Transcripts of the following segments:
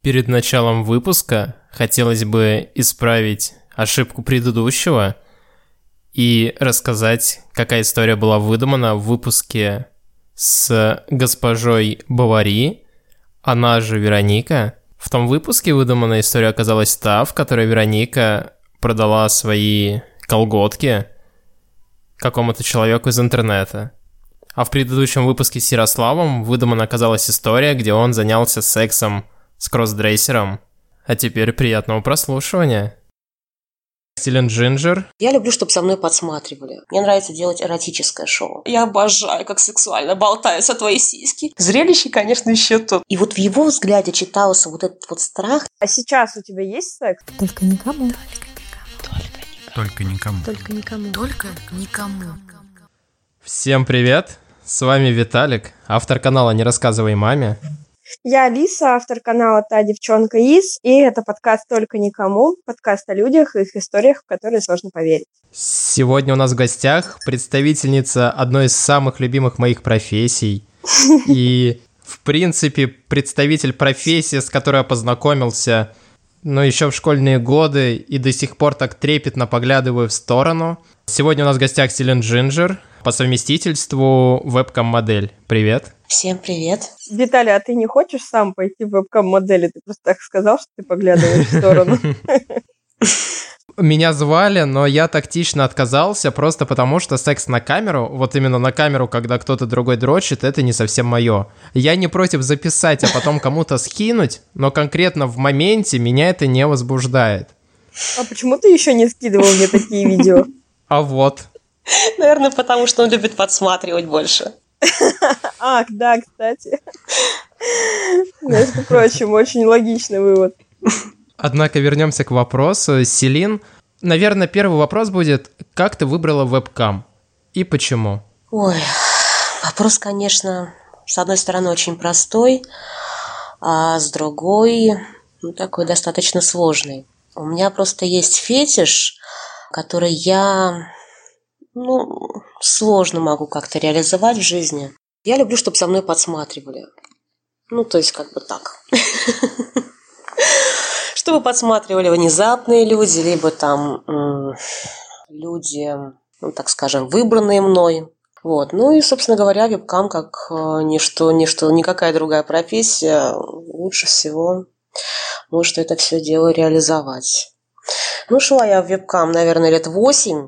Перед началом выпуска хотелось бы исправить ошибку предыдущего и рассказать, какая история была выдумана в выпуске с госпожой Бовари, она же Вероника. В том выпуске выдуманная история оказалась та, в которой Вероника продала свои колготки какому-то человеку из интернета. А в предыдущем выпуске с Ярославом выдумана оказалась история, где он занялся сексом с кроссдрессером. А теперь приятного прослушивания. Стилен Джинджер. Я люблю, чтобы со мной подсматривали. Мне нравится делать эротическое шоу. Я обожаю, как сексуально болтаются твои сиськи. Зрелище, конечно, еще то. И вот в его взгляде читался вот этот вот страх. А сейчас у тебя есть секс? Только никому. Только никому. Только никому. Только никому. Всем привет! С вами Виталик, автор канала «Не рассказывай маме». Я Алиса, автор канала «Та девчонка из», и это подкаст «Только никому», подкаст о людях и их историях, в которые сложно поверить. Сегодня у нас в гостях представительница одной из самых любимых моих профессий и, в принципе, представитель профессии, с которой я познакомился, еще в школьные годы и до сих пор так трепетно поглядываю в сторону. Сегодня у нас в гостях Стилен Джинджер, по совместительству вебкам-модель. Привет. Всем привет. Виталий, а ты не хочешь сам пойти в вебкам-модели? Ты просто так сказал, что ты поглядываешь в сторону. Меня звали, но я тактично отказался, просто потому что секс на камеру, вот именно на камеру, когда кто-то другой дрочит, это не совсем мое. Я не против записать, а потом кому-то скинуть, но конкретно в моменте меня это не возбуждает. А почему ты еще не скидывал мне такие видео? А вот. Наверное, потому что он любит подсматривать больше. Ах, да, кстати. Между прочим, очень логичный вывод. Однако вернемся к вопросу. Селин, наверное, первый вопрос будет, как ты выбрала вебкам и почему? Ой, вопрос, конечно, с одной стороны очень простой, а с другой, такой достаточно сложный. У меня просто есть фетиш, который я, сложно могу как-то реализовать в жизни. Я люблю, чтобы со мной подсматривали. То есть как бы так. Чтобы подсматривали внезапные люди, либо там люди, так скажем, выбранные мной. Вот. И, собственно говоря, вебкам, как никакая другая профессия, лучше всего может это все дело реализовать. Шла я в вебкам, наверное, лет 8.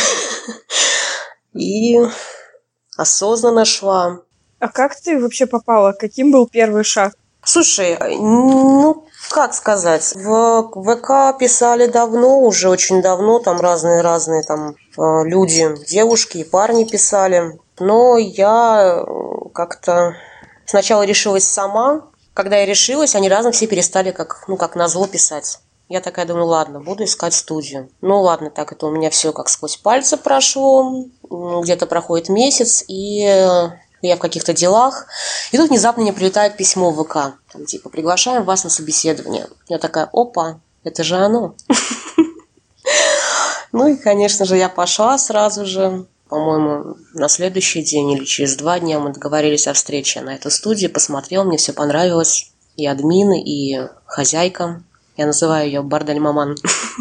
И осознанно шла. А как ты вообще попала? Каким был первый шаг? Слушай, как сказать, в ВК писали давно, уже очень давно, там разные там люди, девушки и парни писали. Но я как-то сначала решилась сама. Когда я решилась, они разом все перестали как назло писать. Я такая думаю, ладно, буду искать студию. Ладно, так это у меня все как сквозь пальцы прошло. Где-то проходит месяц, и я в каких-то делах. И тут внезапно мне прилетает письмо в ВК. Там типа, приглашаем вас на собеседование. Я такая, опа, это же оно. И, конечно же, я пошла сразу же. По-моему, на следующий день или через 2 дня мы договорились о встрече на эту студию. Посмотрела, мне все понравилось. И админы, и хозяйка. Я называю ее бордель-маман.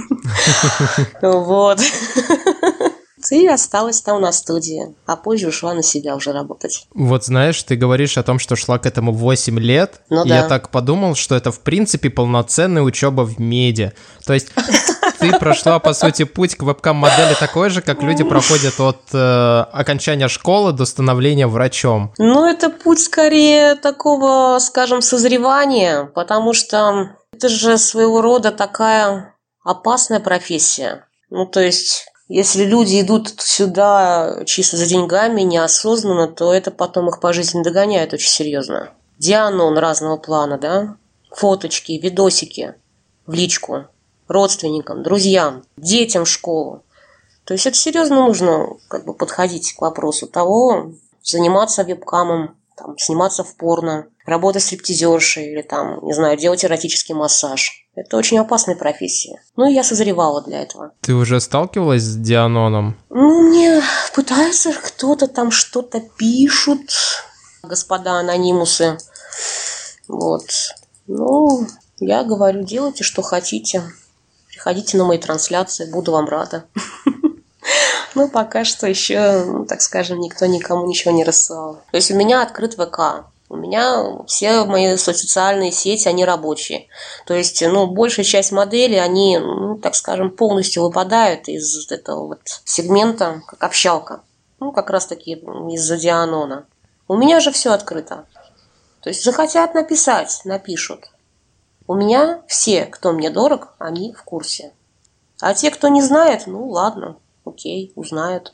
Вот. И осталась там на студии, а позже ушла на себя уже работать. Вот знаешь, ты говоришь о том, что шла к этому 8 лет, и да. Я так подумал, что это в принципе полноценная учеба в меди. То есть ты прошла, по сути, путь к вебкам-модели такой же, как люди проходят от окончания школы до становления врачом. Это путь скорее такого, скажем, созревания, потому что это же своего рода такая опасная профессия. То есть, если люди идут сюда чисто за деньгами, неосознанно, то это потом их по жизни догоняет очень серьезно. Дианон разного плана, да? Фоточки, видосики в личку родственникам, друзьям, детям в школу. То есть это серьезно нужно подходить к вопросу того, заниматься вебкамом, сниматься в порно, работать стриптизершей или делать эротический массаж. Это очень опасная профессия. Я созревала для этого. Ты уже сталкивалась с Дианоном? Мне пытаются кто-то там что-то пишут, господа анонимусы. Вот. Я говорю, делайте, что хотите. Приходите на мои трансляции, буду вам рада. Но пока что еще, так скажем, никто никому ничего не рассылал. То есть у меня открыт ВК. У меня все мои социальные сети, они рабочие. То есть, большая часть моделей, они, так скажем, полностью выпадают из этого вот сегмента, как общалка. Как раз-таки из-за Дианона. У меня же все открыто. То есть захотят написать, напишут. У меня все, кто мне дорог, они в курсе. А те, кто не знает, ладно, окей, узнают.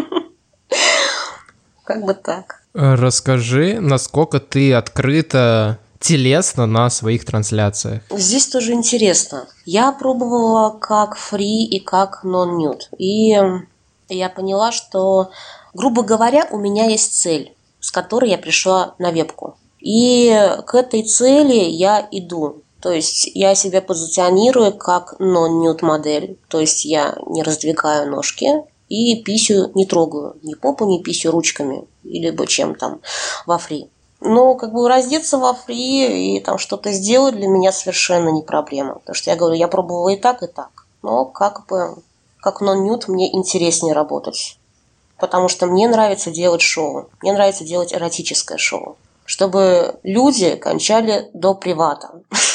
Как бы так. Расскажи, насколько ты открыта телесно на своих трансляциях. Здесь тоже интересно. Я пробовала как фри и как нон-нюд. И я поняла, что, грубо говоря, у меня есть цель, с которой я пришла на вебку. И к этой цели я иду. То есть я себя позиционирую как нон-нюд модель. То есть я не раздвигаю ножки и писю не трогаю. Ни попу, ни писю ручками. Или чем там во фри. Но раздеться во фри и там что-то сделать для меня совершенно не проблема. Потому что я говорю, я пробовала и так, и так. Но как нон-нюд мне интереснее работать. Потому что мне нравится делать шоу. Мне нравится делать эротическое шоу. Чтобы люди кончали до привата.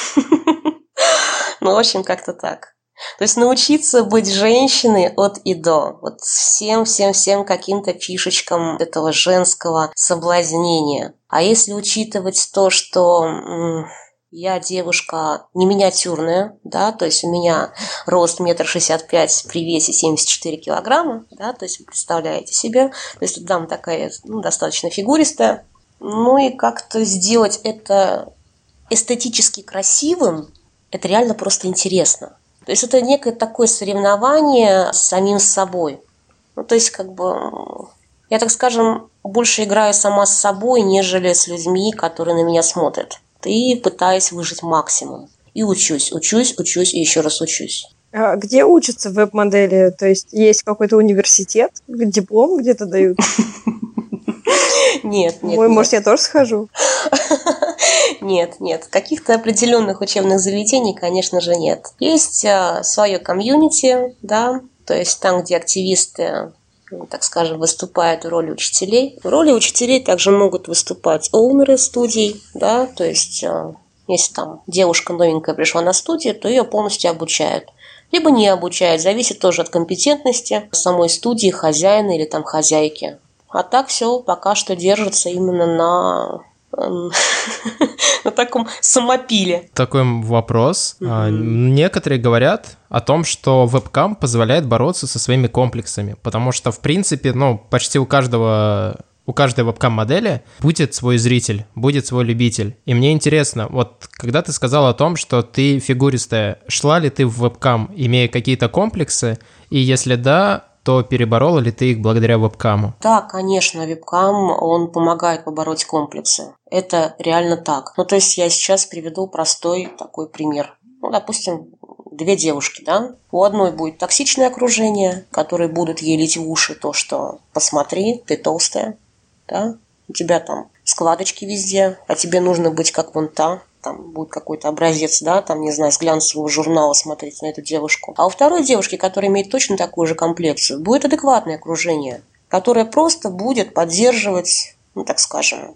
В общем, как-то так. То есть научиться быть женщиной от и до. Вот всем каким-то фишечкам этого женского соблазнения. А если учитывать то, что я девушка не миниатюрная, да, то есть у меня рост 1,65 м при весе 74 килограмма, да, то есть вы представляете себе. То есть дама такая, достаточно фигуристая. И как-то сделать это эстетически красивым, это реально просто интересно. То есть это некое такое соревнование с самим собой. То есть я, так скажем, больше играю сама с собой, нежели с людьми, которые на меня смотрят. И пытаюсь выжить максимум. И учусь и еще раз учусь. А где учатся веб-модели? То есть какой-то университет, диплом где-то дают? Нет. Может, я тоже схожу? Нет. Каких-то определенных учебных заведений, конечно же, нет. Есть свое комьюнити, да, то есть там, где активисты, так скажем, выступают в роли учителей. В роли учителей также могут выступать оунеры студий, да, то есть если там девушка новенькая пришла на студию, то ее полностью обучают. Либо не обучают, зависит тоже от компетентности самой студии, хозяина или там хозяйки. А так все пока что держится именно на таком самопиле. Такой вопрос. Некоторые говорят о том, что вебкам позволяет бороться со своими комплексами, потому что, в принципе, почти у каждой вебкам-модели будет свой зритель, будет свой любитель. И мне интересно, вот когда ты сказала о том, что ты фигуристая, шла ли ты в вебкам, имея какие-то комплексы, и если да, то переборола ли ты их благодаря вебкаму? Да, конечно, вебкам, он помогает побороть комплексы. Это реально так. То есть я сейчас приведу простой такой пример. Допустим, две девушки, да? У одной будет токсичное окружение, которые будут ей лить в уши то, что посмотри, ты толстая, да? У тебя там складочки везде, а тебе нужно быть как вон та. Там будет какой-то образец, да, там, не знаю, с глянцевого журнала смотреть на эту девушку. А у второй девушки, которая имеет точно такую же комплекцию, будет адекватное окружение, которое просто будет поддерживать, так скажем,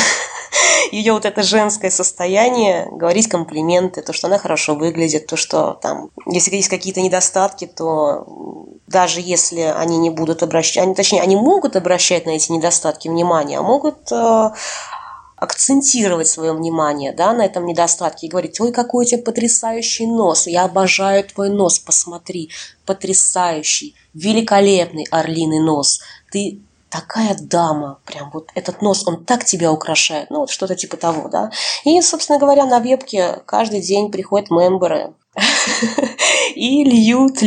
ее вот это женское состояние, говорить комплименты, то, что она хорошо выглядит, то, что там, если есть какие-то недостатки, то даже если они не будут обращать, точнее, они могут обращать на эти недостатки внимание, а могут акцентировать свое внимание, да, на этом недостатке и говорить: ой, какой у тебя потрясающий нос, я обожаю твой нос, посмотри, потрясающий, великолепный орлиный нос, ты такая дама, прям вот этот нос, он так тебя украшает, вот что-то типа того, да. И, собственно говоря, на вебке каждый день приходят мемберы и льют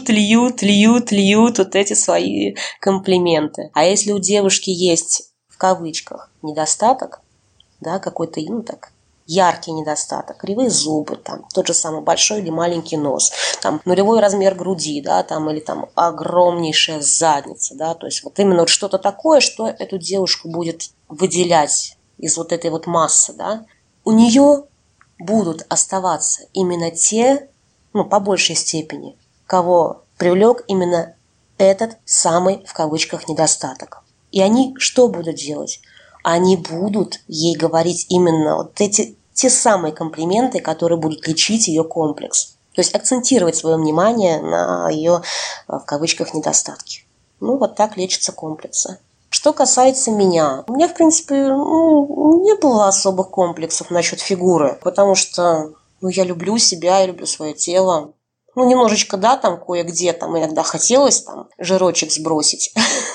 вот эти свои комплименты. А если у девушки есть, в кавычках, недостаток, да, какой-то, так, яркий недостаток, кривые зубы, там, тот же самый большой или маленький нос, там, нулевой размер груди, да, там, или там огромнейшая задница, да, то есть вот именно вот что-то такое, что эту девушку будет выделять из вот этой вот массы, да, у нее будут оставаться именно те, по большей степени, кого привлек именно этот самый, в кавычках, недостаток. И они что будут делать? Они будут ей говорить именно вот эти те самые комплименты, которые будут лечить ее комплекс. То есть акцентировать свое внимание на ее, в кавычках, недостатки. Вот так лечатся комплексы. Что касается меня, у меня, в принципе, не было особых комплексов насчет фигуры, потому что я люблю себя, я люблю свое тело. Немножечко, да, там кое-где там иногда хотелось там жирочек сбросить.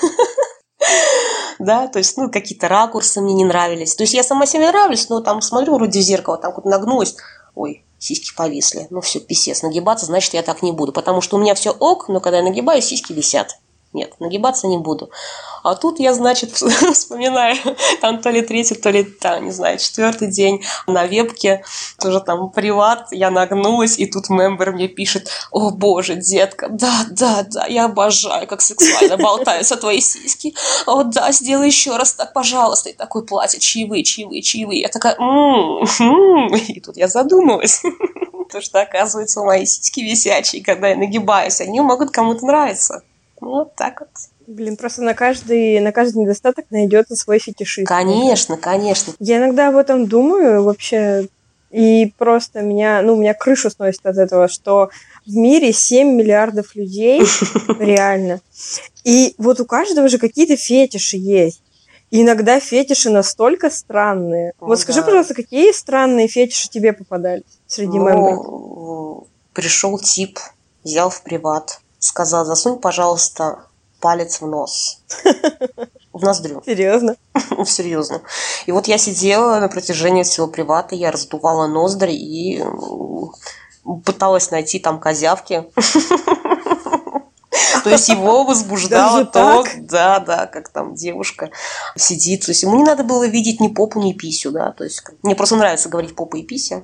Да, то есть, какие-то ракурсы мне не нравились. То есть я сама себе нравлюсь, но там смотрю вроде в зеркало, там вот нагнулась, ой, сиськи повисли. Все, писец, нагибаться, значит, я так не буду. Потому что у меня все ок, но когда я нагибаюсь, сиськи висят. Нет, нагибаться не буду. А тут я, значит, вспоминаю, там то ли третий, то ли, не знаю, четвертый день на вебке, тоже там приват, я нагнулась, и тут мембер мне пишет: о боже, детка, да, я обожаю, как сексуально болтаются твои сиськи. О да, сделай еще раз так, пожалуйста. И такое платье, чаевые. Я такая, и тут я задумалась. Потому что, оказывается, мои сиськи висячие, когда я нагибаюсь, они могут кому-то нравиться. Вот так вот. Блин, просто на каждый недостаток найдется свой фетишист. Конечно. Я иногда об этом думаю вообще, и просто меня крышу сносит от этого, что в мире 7 миллиардов людей, реально. И вот у каждого же какие-то фетиши есть. И иногда фетиши настолько странные. Скажи, пожалуйста, какие странные фетиши тебе попадались среди мемберов? Пришел тип, взял в приват, сказал: засунь, пожалуйста, палец в нос. В ноздрю. Серьезно? Серьезно. И вот я сидела на протяжении всего привата, я раздувала ноздри и пыталась найти там козявки. То есть его возбуждало то, да, как там девушка сидит. То есть ему не надо было видеть ни попу, ни писю, да. То есть мне просто нравится говорить попа и пися.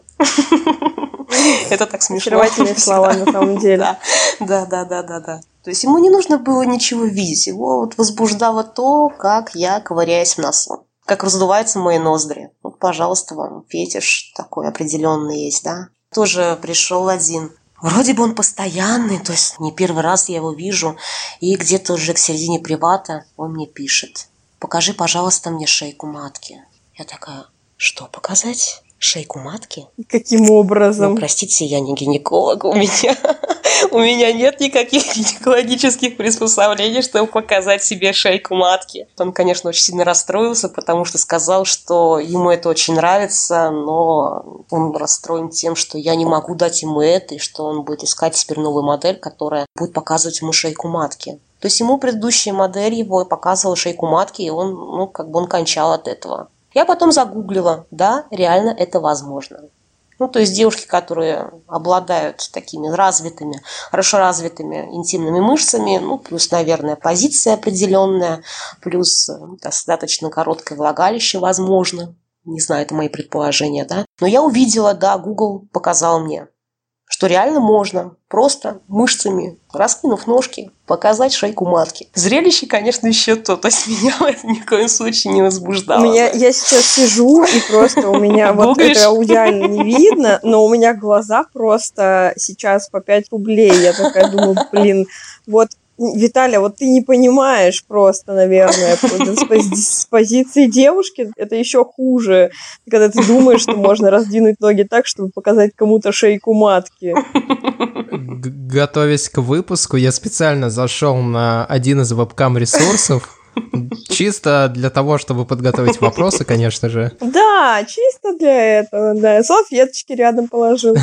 Это так смешно. Очаровательные слова на самом деле. Да. То есть ему не нужно было ничего видеть. Его возбуждало то, как я ковыряюсь в носу. Как раздуваются мои ноздри. Пожалуйста, вам фетиш такой определенный есть, да. Тоже пришел один. Вроде бы он постоянный, то есть не первый раз я его вижу. И где-то уже к середине привата он мне пишет: покажи, пожалуйста, мне шейку матки. Я такая: что показать? Шейку матки? Каким образом? Простите, я не гинеколог, у меня нет никаких гинекологических приспособлений, чтобы показать себе шейку матки. Он, конечно, очень сильно расстроился, потому что сказал, что ему это очень нравится, но он расстроен тем, что я не могу дать ему это, и что он будет искать теперь новую модель, которая будет показывать ему шейку матки. То есть ему предыдущая модель его показывала шейку матки, и он, он кончал от этого. Я потом загуглила, да, реально это возможно. То есть девушки, которые обладают такими хорошо развитыми интимными мышцами, плюс, наверное, позиция определенная, плюс достаточно короткое влагалище, возможно. Не знаю, это мои предположения, да. Но я увидела, да, Google показал мне, что реально можно просто мышцами, раскинув ножки, показать шейку матки. Зрелище, конечно, еще то. То есть меня это ни в коем случае не возбуждало. Я сейчас сижу, и просто у меня вот это аудиально не видно, но у меня глаза просто сейчас по 5 рублей. Я такая думаю, блин, вот, Виталя, вот ты не понимаешь просто, наверное, с позиции девушки это еще хуже, когда ты думаешь, что можно раздвинуть ноги так, чтобы показать кому-то шейку матки. Готовясь к выпуску, я специально зашел на один из вебкам-ресурсов, чисто для того, чтобы подготовить вопросы, конечно же. Да, чисто для этого, да. Салфеточки рядом положил.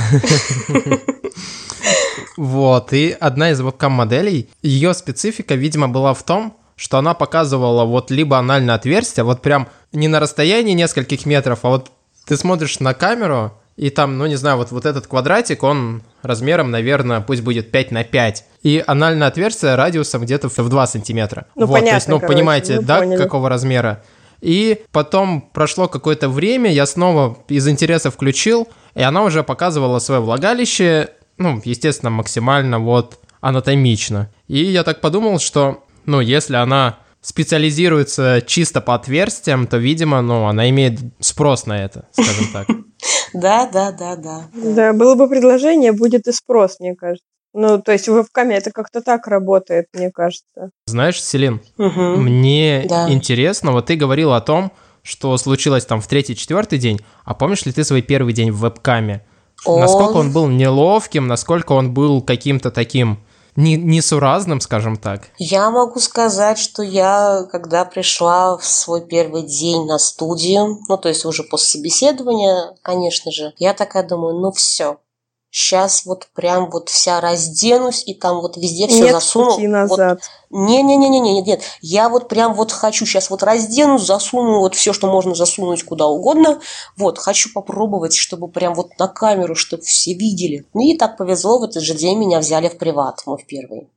Вот, и одна из вебкам-моделей, ее специфика, видимо, была в том, что она показывала вот либо анальное отверстие, вот прям не на расстоянии нескольких метров, а вот ты смотришь на камеру, и там, не знаю, вот этот квадратик, он размером, наверное, пусть будет 5 на 5, и анальное отверстие радиусом где-то в 2 сантиметра. Понятно, то есть, понимаете, да, поняли. какого размера. И потом прошло какое-то время, я снова из интереса включил, и она уже показывала свое влагалище, естественно, максимально анатомично. И я так подумал, что, если она специализируется чисто по отверстиям, то, видимо, она имеет спрос на это, скажем так. Да. Да, было бы предложение, будет и спрос, мне кажется. Ну, то есть в вебкаме это как-то так работает, мне кажется. Знаешь, Селин, Угу. мне Да. интересно, вот ты говорила о том, что случилось там в 3-4 день, а помнишь ли ты свой первый день в вебкаме? Насколько он был неловким, насколько он был каким-то таким несуразным, скажем так? Я могу сказать, что я, когда пришла в свой первый день на студию, ну, то есть уже после собеседования, конечно же, я такая думаю, ну, все. Сейчас вот прям вот вся разденусь и там вот везде все засуну. Нет пути назад. Вот. Нет. Я вот прям вот хочу сейчас вот разденусь, засуну вот все, что можно засунуть куда угодно. Вот, хочу попробовать, чтобы прям вот на камеру, чтобы все видели. Ну и так повезло, в этот же день меня взяли в приват, мой первый.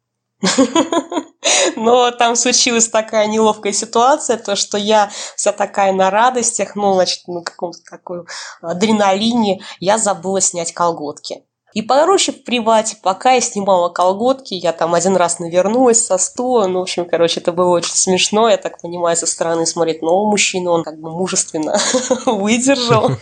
Но там случилась такая неловкая ситуация, то, что я вся такая на радостях, ну, значит, на каком-то такой адреналине, я забыла снять колготки. И, короче, в привате, пока я снимала колготки, я там один раз навернулась со стула, ну, в общем, короче, это было очень смешно, я так понимаю, со стороны смотреть, но мужчина, он как бы мужественно выдержал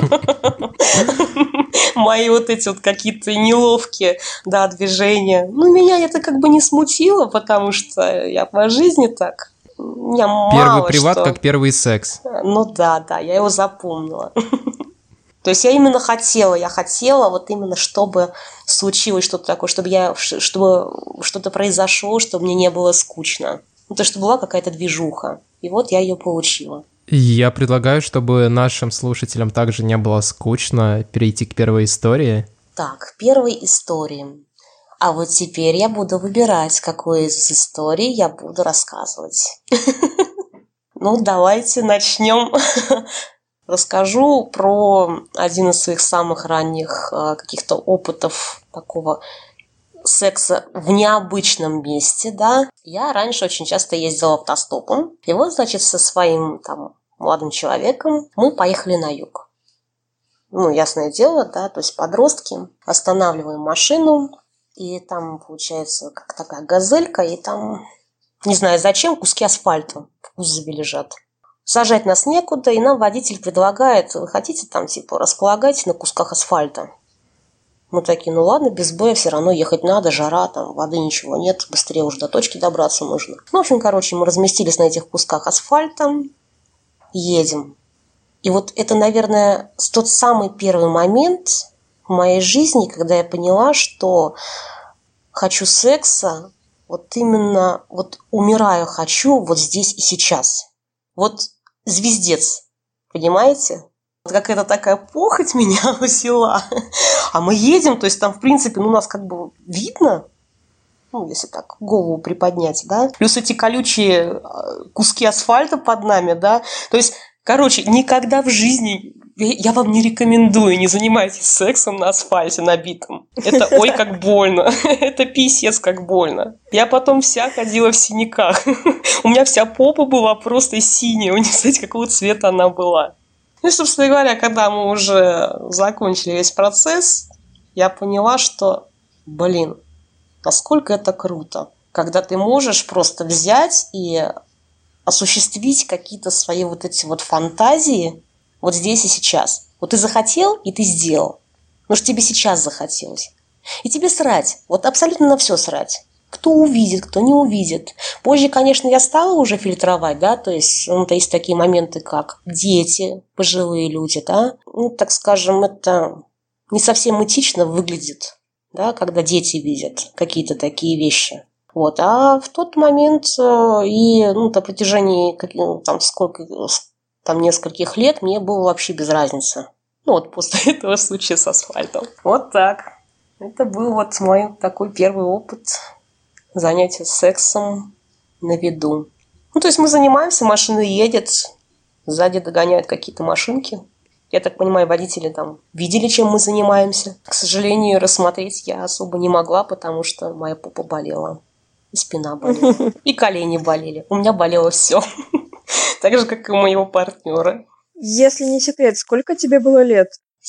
мои вот эти вот какие-то неловкие, да, движения. Ну, меня это как бы не смутило, потому что я по жизни так, я Первый приват как первый секс. Ну да, я его запомнила. То есть я именно хотела вот именно, чтобы случилось что-то такое, чтобы что-то произошло, чтобы мне не было скучно. Ну, то, что была какая-то движуха. И вот я ее получила. Я предлагаю, чтобы нашим слушателям также не было скучно, перейти к первой истории. Так, первой истории. А вот теперь я буду выбирать, какую из историй я буду рассказывать. Ну, давайте начнем. Расскажу про один из своих самых ранних каких-то опытов такого секса в необычном месте, да. Я раньше очень часто ездила автостопом. И вот, значит, со своим там молодым человеком мы поехали на юг. Ну, ясное дело, да, то есть подростки. Останавливаем машину, и там, получается, как такая газелька, и там, не знаю зачем, куски асфальта в кузове лежат. Сажать нас некуда, и нам водитель предлагает, вы хотите там, типа, располагать на кусках асфальта? Мы такие, ну ладно, без боя все равно ехать надо, жара, там, воды ничего нет, быстрее уже до точки добраться нужно. Ну, в общем, короче, мы разместились на этих кусках асфальта, едем. И вот это, наверное, тот самый первый момент в моей жизни, когда я поняла, что хочу секса, вот именно, вот умираю хочу вот здесь и сейчас. Вот звездец, понимаете? Вот какая-то такая похоть меня взяла. А мы едем, то есть там, в принципе, ну, нас как бы видно, ну, если так голову приподнять, да. Плюс эти колючие куски асфальта под нами, да. То есть, короче, никогда в жизни я вам не рекомендую, не занимайтесь сексом на асфальте набитом. Это ой, как больно. Это писец, как больно. Я потом вся ходила в синяках. У меня вся попа была просто синяя. Вы не знаете, какого цвета она была. Ну и, собственно говоря, когда мы уже закончили весь процесс, я поняла, что, блин, насколько это круто. Когда ты можешь просто взять и осуществить какие-то свои вот эти вот фантазии вот здесь и сейчас. Вот ты захотел, и ты сделал. Потому что тебе сейчас захотелось. И тебе срать. Вот абсолютно на все срать. Кто увидит, кто не увидит. Позже, конечно, я стала уже фильтровать, да, то есть, ну, то есть такие моменты, как дети, пожилые люди, да. Ну, так скажем, это не совсем этично выглядит, да, когда дети видят какие-то такие вещи. Вот, а в тот момент и, ну, на протяжении там сколько... там нескольких лет мне было вообще без разницы. Ну вот после этого случая с асфальтом. Вот так. Это был вот мой такой первый опыт занятия сексом на виду. Ну то есть мы занимаемся, машина едет, сзади догоняют какие-то машинки. Я так понимаю, водители там видели, чем мы занимаемся. К сожалению, рассмотреть я особо не могла, потому что моя попа болела. И спина болела. И колени болели. У меня болело все. Так же, как и у моего партнера. Если не секрет, сколько тебе было лет?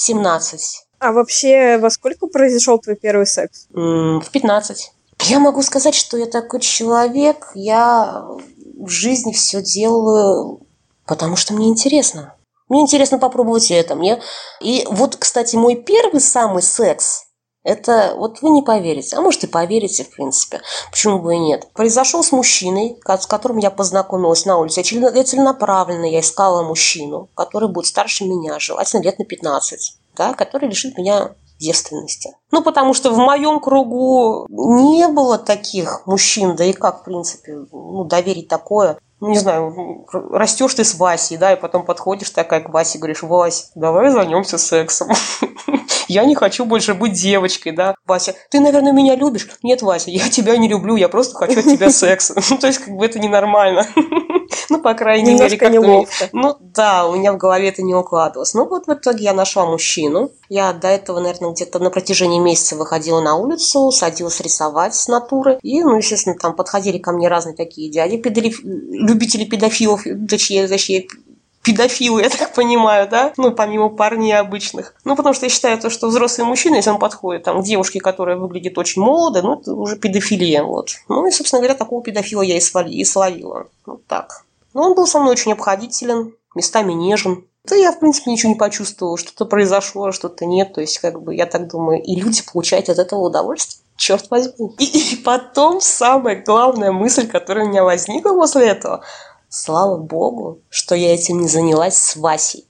17. А вообще, во сколько произошел твой первый секс? В 15. Я могу сказать, что я такой человек, я в жизни все делаю, потому что мне интересно. Мне интересно попробовать это. И вот, кстати, мой первый самый секс, это, вот вы не поверите, а может и поверите, в принципе, почему бы и нет. Произошел с мужчиной, с которым я познакомилась на улице. Я целенаправленно искала мужчину, который будет старше меня, желательно лет на 15, да, который лишит меня девственности. Потому что в моем кругу не было таких мужчин, да и как, в принципе, доверить такое. Не знаю, растешь ты с Васей, да, и потом подходишь такая к Васе и говоришь: Вась, давай займемся сексом. Я не хочу больше быть девочкой, да. Вася, ты, наверное, меня любишь? Нет, Вася, я тебя не люблю, я просто хочу от тебя секса. То есть, это ненормально. По крайней мере, как-то... неловко. Да, у меня в голове это не укладывалось. В итоге я нашла мужчину. Я до этого, наверное, где-то на протяжении месяца выходила на улицу, садилась рисовать с натуры. И, естественно, там подходили ко мне разные такие дяди, любители педофилов, точнее, педофилы, я так понимаю, да? Помимо парней обычных. Потому что я считаю, что взрослый мужчина, если он подходит к девушке, которая выглядит очень молодо, это уже педофилия, вот. И, собственно говоря, такого педофила я и словила. Так. Но он был со мной очень обходителен, местами нежен. Да я, в принципе, ничего не почувствовала. Что-то произошло, что-то нет. То есть, я так думаю, и люди получают от этого удовольствие. Черт возьми. И потом самая главная мысль, которая у меня возникла после этого. Слава богу, что я этим не занялась с Васей.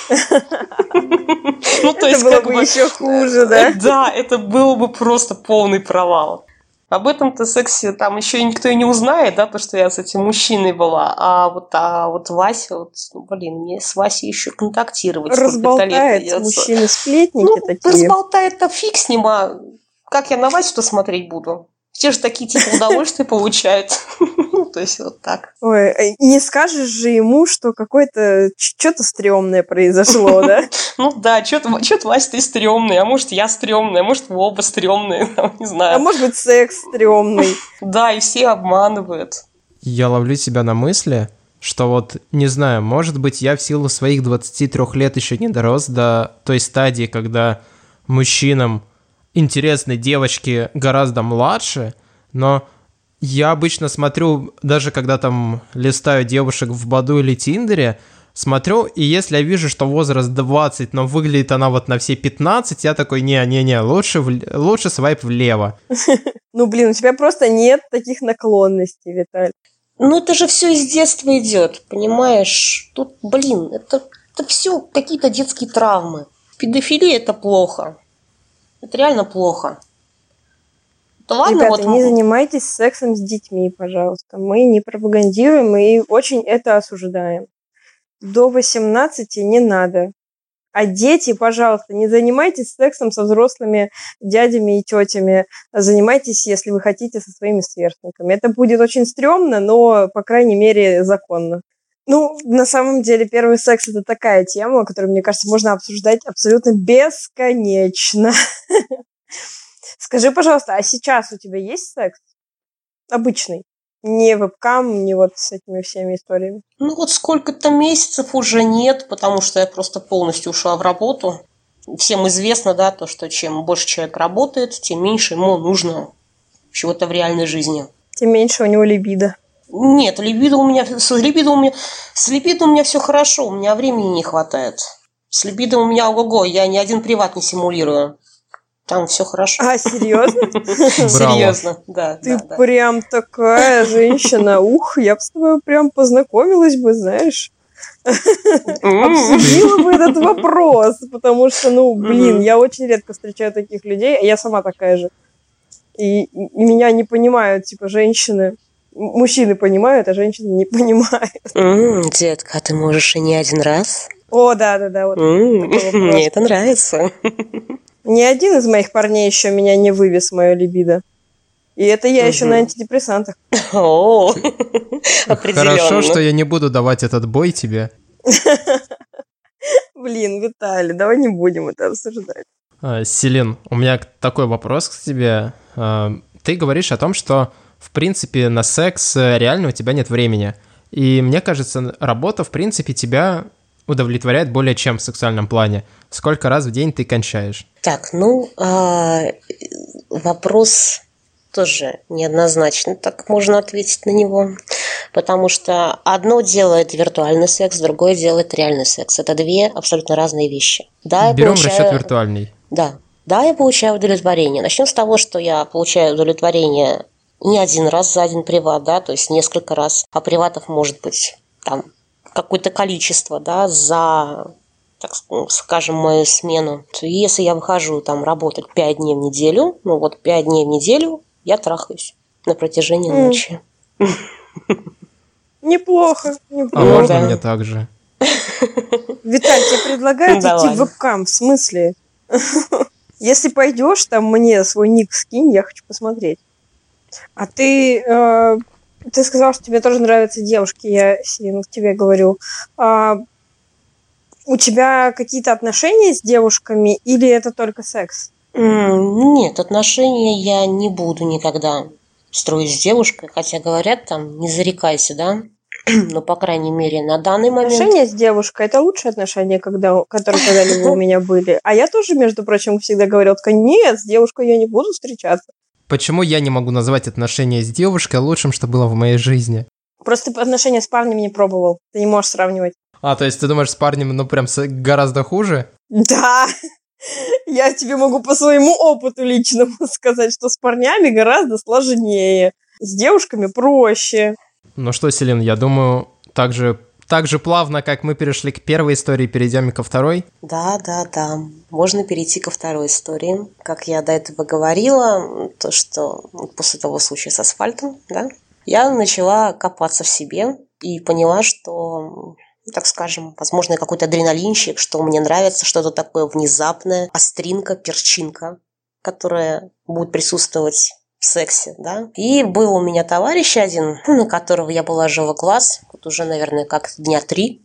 Это было бы еще хуже, да? Да, это было бы просто полный провал. Об этом-то сексе там еще и никто и не узнает, да, то, что я с этим мужчиной была. А вот Вася, мне с Васей еще контактировать. Разболтает мужчины-сплетники такие. Разболтает-то фиг с ним, а как я на Васю-то смотреть буду? Все же такие удовольствия получают. То есть вот так. Ой, не скажешь же ему, что что-то стрёмное произошло, да? Да, что-то Вася, ты стрёмный, а может я стрёмная, а может вы оба стрёмные, не знаю. А может быть секс стрёмный. Да, и все обманывают. Я ловлю себя на мысли, что не знаю, может быть, я в силу своих 23 лет еще не дорос до той стадии, когда мужчинам интересны девочки гораздо младше, но я обычно смотрю, даже когда там листаю девушек в Баду или Тиндере, смотрю, и если я вижу, что возраст 20, но выглядит она на все 15, я такой, не-не-не, лучше свайп влево. У тебя просто нет таких наклонностей, Виталий. Это же все из детства идет, понимаешь? Тут, это все какие-то детские травмы. Педофилия – это плохо. Это реально плохо. Ладно, ребята, не занимайтесь сексом с детьми, пожалуйста. Мы не пропагандируем и очень это осуждаем. До 18 не надо. А дети, пожалуйста, не занимайтесь сексом со взрослыми дядями и тетями. Занимайтесь, если вы хотите, со своими сверстниками. Это будет очень стрёмно, но, по крайней мере, законно. На самом деле, первый секс – это такая тема, которую, мне кажется, можно обсуждать абсолютно бесконечно. Скажи, пожалуйста, а сейчас у тебя есть секс? Обычный? Не вебкам, не с этими всеми историями? Сколько-то месяцев уже нет, потому что я просто полностью ушла в работу. Всем известно, да, то, что чем больше человек работает, тем меньше ему нужно чего-то в реальной жизни. Тем меньше у него либидо. Нет, с либидо у меня все хорошо, у меня времени не хватает. С либидо у меня ого-го, я ни один приват не симулирую. Там все хорошо. А, серьезно? Серьезно, да. Ты прям такая женщина. Я бы с тобой прям познакомилась бы, знаешь. Обсудила бы этот вопрос, потому что, я очень редко встречаю таких людей, а я сама такая же. И меня не понимают, женщины. Мужчины понимают, а женщины не понимают. Детка, а ты можешь и не один раз? О, да. Мне это нравится. Ни один из моих парней еще меня не вывез, мое либидо. И это я еще на антидепрессантах. О, определенно. Хорошо, что я не буду давать этот бой тебе. Виталий, давай не будем это обсуждать. Селин, у меня такой вопрос к тебе. Ты говоришь о том, что, в принципе, на секс реально у тебя нет времени. И мне кажется, работа, в принципе, тебя удовлетворяет более чем в сексуальном плане. Сколько раз в день ты кончаешь? Так, вопрос тоже неоднозначно, так можно ответить на него. Потому что одно дело это виртуальный секс, другое дело это реальный секс. Это две абсолютно разные вещи. Да, Берем в расчет виртуальный. Да, я получаю удовлетворение. Начнем с того, что я получаю удовлетворение не один раз за один приват, да, то есть несколько раз. А приватов может быть там какое-то количество, да, за, так скажем, мою смену. Если я выхожу там работать 5 дней в неделю, 5 дней в неделю я трахаюсь на протяжении ночи. Неплохо. А можно мне так же? Виталь, тебе предлагают идти в вебкам, в смысле? Если пойдешь, там мне свой ник скинь, я хочу посмотреть. А ты сказал, что тебе тоже нравятся девушки, я тебе говорю. У тебя какие-то отношения с девушками или это только секс? Нет, отношения я не буду никогда строить с девушкой, хотя говорят там, не зарекайся, да? Но, по крайней мере, на данный момент... Отношения с девушкой – это лучшие отношения, которые когда-либо у меня были. А я тоже, между прочим, всегда говорила, нет, с девушкой я не буду встречаться. Почему я не могу назвать отношения с девушкой лучшим, что было в моей жизни? Просто отношения с парнем не пробовал. Ты не можешь сравнивать. То есть ты думаешь, с парнем, прям гораздо хуже? Да. Я тебе могу по своему опыту личному сказать, что с парнями гораздо сложнее. С девушками проще. Ну что, Селин, я думаю, так же плавно, как мы перешли к первой истории, перейдем и ко второй? Да. Можно перейти ко второй истории. Как я до этого говорила, то, что после того случая с асфальтом, да, я начала копаться в себе и поняла, что, так скажем, возможно, какой-то адреналинчик, что мне нравится что-то такое внезапное, остринка, перчинка, которая будет присутствовать в сексе, да. И был у меня товарищ один, на которого я положила глаз, вот уже, наверное, как дня 3.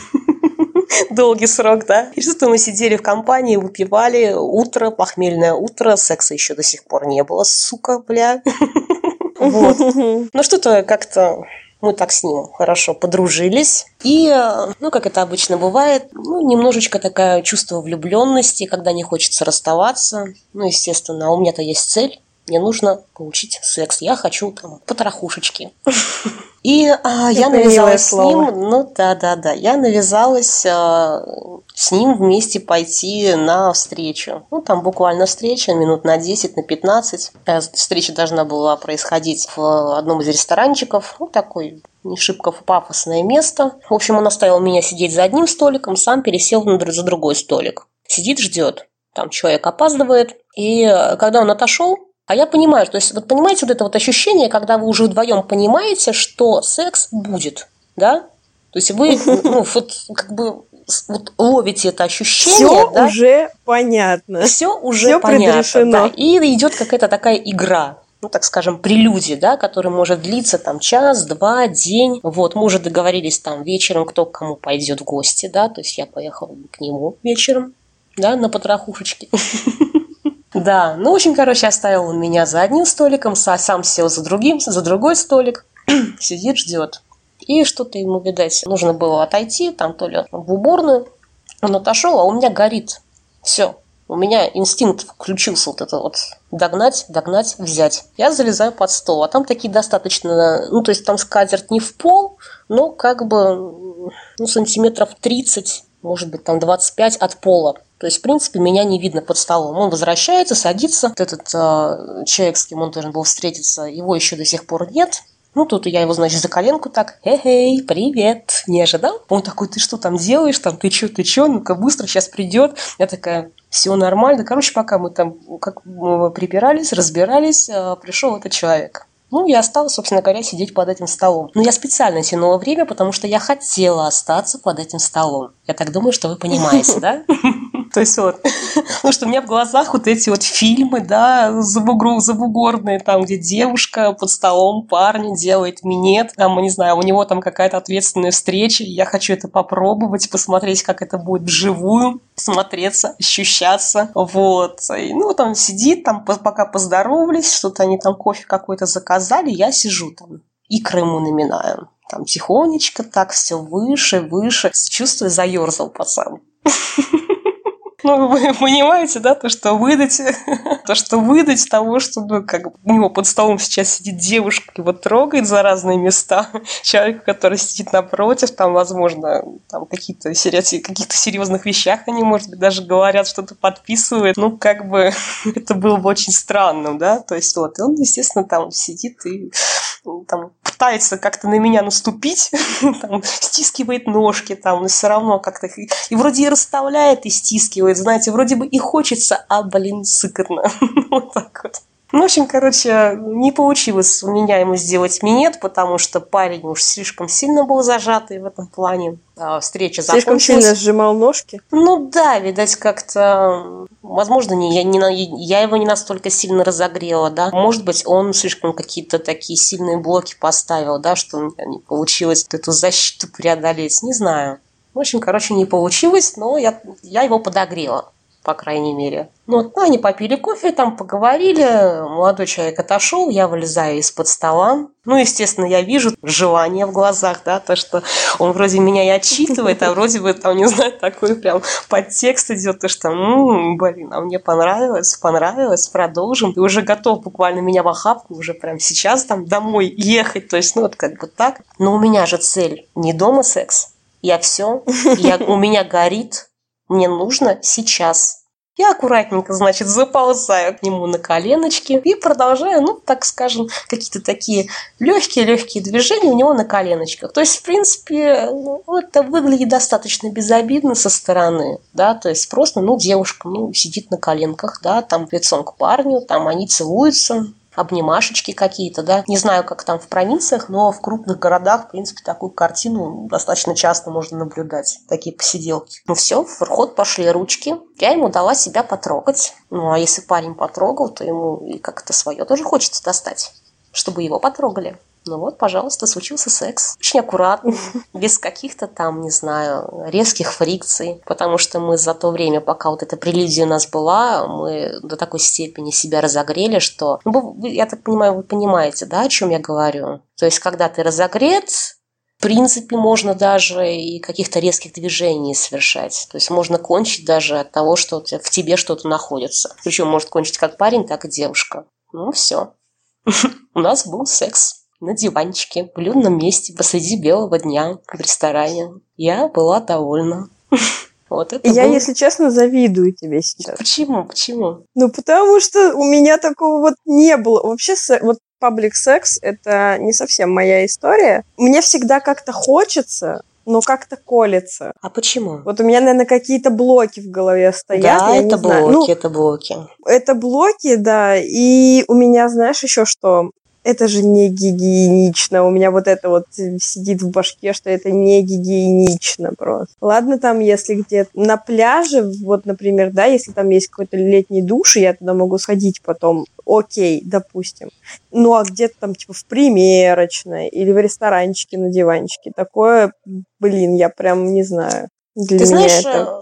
Долгий срок, да. И что-то мы сидели в компании, выпивали, утро, похмельное утро, секса еще до сих пор не было, сука, бля. Вот. Ну, что-то как-то мы так с ним хорошо подружились. И, как это обычно бывает, немножечко такое чувство влюбленности, когда не хочется расставаться. Естественно, у меня-то есть цель. Мне нужно получить секс. Я хочу там потрохушечки. И я навязалась с ним. Я навязалась с ним вместе пойти на встречу. Там буквально встреча, минут на 10, на 15. Встреча должна была происходить в одном из ресторанчиков. Такой не шибко пафосное место. В общем, он оставил меня сидеть за одним столиком, сам пересел за другой столик. Сидит, ждет. Там человек опаздывает. И когда он отошел, а я понимаю, то есть, вот понимаете, вот это вот ощущение, когда вы уже вдвоем понимаете, что секс будет, да? То есть вы, ловите это ощущение. Все уже понятно. Все уже понятно, да. И идет какая-то такая игра, так скажем, прелюдия, да, которая может длиться там час, два, день. Вот, мы уже договорились там вечером, кто к кому пойдет в гости, да, то есть я поехала к нему вечером, да, на потрохушечке. Да, оставил он меня за одним столиком, сам сел за другой столик, сидит, ждет. И что-то ему, видать, нужно было отойти, там то ли в уборную. Он отошел, а у меня горит. Все, у меня инстинкт включился вот это вот догнать, взять. Я залезаю под стол, а там такие достаточно, то есть там скатерть не в пол, но как бы, сантиметров 30, может быть, там 25 от пола. То есть, в принципе, меня не видно под столом. Он возвращается, садится. Вот этот человек, с кем он должен был встретиться, его еще до сих пор нет. Тут я его, значит, за коленку так: «Эй, привет, не ожидал?» Он такой: «Ты что там делаешь? Там, ты чё? Ну-ка, быстро, сейчас придет». Я такая: «Все нормально». Короче, пока мы там припирались, разбирались, пришел этот человек. Я осталась, собственно говоря, сидеть под этим столом. Но я специально тянула время, потому что я хотела остаться под этим столом. Я так думаю, что вы понимаете, да? То есть вот, потому что у меня в глазах вот эти вот фильмы, да, забугорные, там, где девушка под столом парню делает минет, там, не знаю, у него там какая-то ответственная встреча, и я хочу это попробовать, посмотреть, как это будет вживую, смотреться, ощущаться, вот. И, там сидит, там, пока поздоровались, что-то они там кофе какой-то заказали, я сижу там, икры ему наминаю, там, тихонечко так, все выше, чувствую, заерзал пацан. Ну, вы понимаете, да, то, что выдать того, что, ну, как бы у него под столом сейчас сидит девушка, его трогает за разные места, человек, который сидит напротив, там, возможно, там каких-то серьезных вещах они, может быть, даже говорят, что-то подписывают. Ну, как бы это было бы очень странным, да, то есть вот, и он, естественно, там сидит и там пытается как-то на меня наступить, там, стискивает ножки, там, но все равно как-то и вроде и расставляет, и стискивает, знаете, вроде бы и хочется, а, блин, сыкотно. Вот так вот. Ну, в общем, короче, не получилось у меня ему сделать минет, потому что парень уж слишком сильно был зажатый в этом плане. Встреча закончилась. Слишком сильно сжимал ножки? Ну да, видать, как-то... Возможно, я его не настолько сильно разогрела, да. Может быть, он слишком какие-то такие сильные блоки поставил, да, что у меня не получилось эту защиту преодолеть. Не знаю. В общем, короче, не получилось, но я его подогрела, по крайней мере. Ну, они попили кофе, там поговорили, молодой человек отошел, я вылезаю из-под стола. Ну, естественно, я вижу желание в глазах, да, то, что он вроде меня и отчитывает, а вроде бы там, не знаю, такой прям подтекст идет, то, что, блин, а мне понравилось, продолжим. И уже готов буквально меня в охапку, уже прям сейчас там домой ехать, то есть, ну, вот как бы так. Но у меня же цель не дома секс. У меня горит, мне нужно сейчас. Я аккуратненько, значит, заползаю к нему на коленочки и продолжаю, ну, так скажем, какие-то такие легкие движения у него на коленочках. То есть, в принципе, это выглядит достаточно безобидно со стороны, да, то есть просто, девушка, сидит на коленках, да, там лицом к парню, там они целуются, обнимашечки какие-то, да. Не знаю, как там в провинциях, но в крупных городах, в принципе, такую картину достаточно часто можно наблюдать. Такие посиделки. Ну все, в ход пошли ручки. Я ему дала себя потрогать. Ну, а если парень потрогал, то ему и как-то свое тоже хочется достать, чтобы его потрогали. Ну вот, пожалуйста, случился секс. Очень аккуратно, без каких-то там, не знаю, резких фрикций. Потому что мы за то время, пока вот эта прелюдия у нас была, мы до такой степени себя разогрели, что... я так понимаю, вы понимаете, да, о чем я говорю? То есть, когда ты разогрет, в принципе, можно даже и каких-то резких движений совершать. То есть, можно кончить даже от того, что в тебе что-то находится. Причем может кончить как парень, так и девушка. Ну, все. У нас был секс. На диванчике, в людном месте, посреди белого дня, в ресторане. Я была довольна. Вот это я, если честно, завидую тебе сейчас. Почему? Ну, потому что у меня такого вот не было. Вообще, вот паблик секс – это не совсем моя история. Мне всегда как-то хочется, но как-то колется. А почему? Вот у меня, наверное, какие-то блоки в голове стоят. Да, это блоки, это блоки. Это блоки, да. И у меня, знаешь, еще что... Это же не гигиенично. У меня вот это вот сидит в башке, что это не гигиенично просто. Ладно, там, если где-то на пляже, вот, например, да, если там есть какой-то летний душ, и я туда могу сходить потом, окей, допустим. Ну, а где-то там, типа, в примерочной или в ресторанчике на диванчике. Такое, блин, я прям не знаю. Ты знаешь,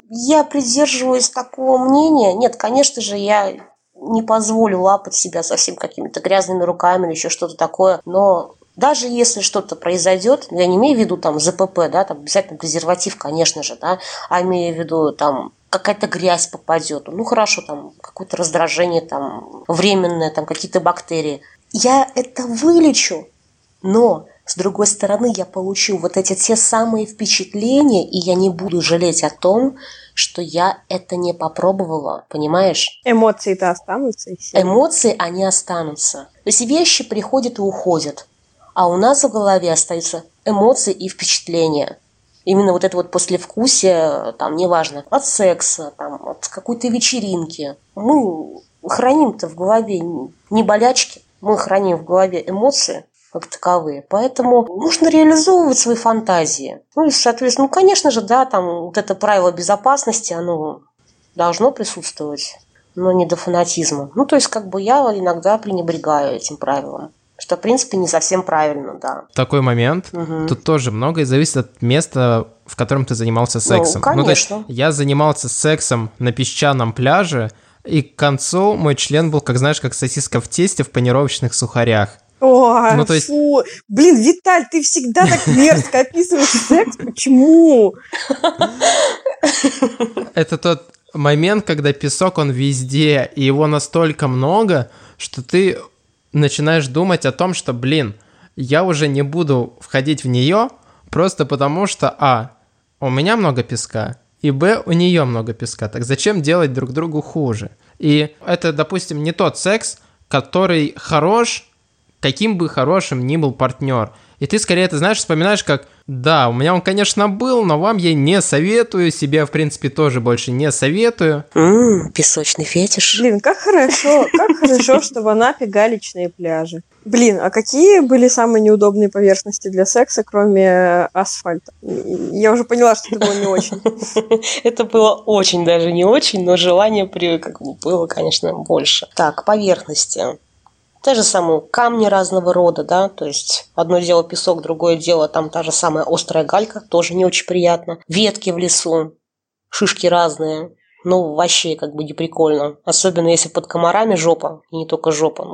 я придерживаюсь такого мнения. Нет, конечно же, я... не позволю лапать себя совсем какими-то грязными руками или еще что-то такое. Но даже если что-то произойдет, я не имею в виду там ЗПП, да, там обязательно презерватив, конечно же, да, а имею в виду там какая-то грязь попадет, ну хорошо, там какое-то раздражение, там временное, там какие-то бактерии. Я это вылечу, но с другой стороны я получу вот эти те самые впечатления, и я не буду жалеть о том, что я это не попробовала, понимаешь? Эмоции-то останутся. Эмоции, они останутся. То есть вещи приходят и уходят. А у нас в голове остаются эмоции и впечатления. Именно вот это вот послевкусие, там, неважно, от секса, там, от какой-то вечеринки. Мы храним-то в голове не болячки, мы храним в голове эмоции как таковые. Поэтому нужно реализовывать свои фантазии. Ну и, соответственно, конечно же, да, там вот это правило безопасности, оно должно присутствовать, но не до фанатизма. Ну, то есть, как бы я иногда пренебрегаю этим правилом. Что, в принципе, не совсем правильно, да. Такой момент. Тут тоже многое зависит от места, в котором ты занимался сексом. Ну, конечно. То есть я занимался сексом на песчаном пляже, и к концу мой член был, как знаешь, как сосиска в тесте в панировочных сухарях. Ой, ну, то есть... фу. Блин, Виталь, ты всегда так мерзко описываешь секс. Почему? Это тот момент, когда песок, он везде, и его настолько много, что ты начинаешь думать о том, что, блин, я уже не буду входить в нее просто потому, что, у меня много песка, и у нее много песка. Так зачем делать друг другу хуже? И это, допустим, не тот секс, который хорош, каким бы хорошим ни был партнер. И ты скорее, ты знаешь, вспоминаешь, как, да, у меня он, конечно, был, но вам я не советую, себе, в принципе, тоже больше не советую. Песочный фетиш. Блин, как хорошо, что в Анапе галечные пляжи. Блин, а какие были самые неудобные поверхности для секса, кроме асфальта? Я уже поняла, что это было не очень. Это было очень даже не очень, но желание было, конечно, больше. Так, поверхности. Те же самые камни разного рода, да, то есть одно дело песок, другое дело там та же самая острая галька, тоже не очень приятно. Ветки в лесу, шишки разные, ну, вообще как бы не прикольно. Особенно если под комарами жопа, и не только жопа,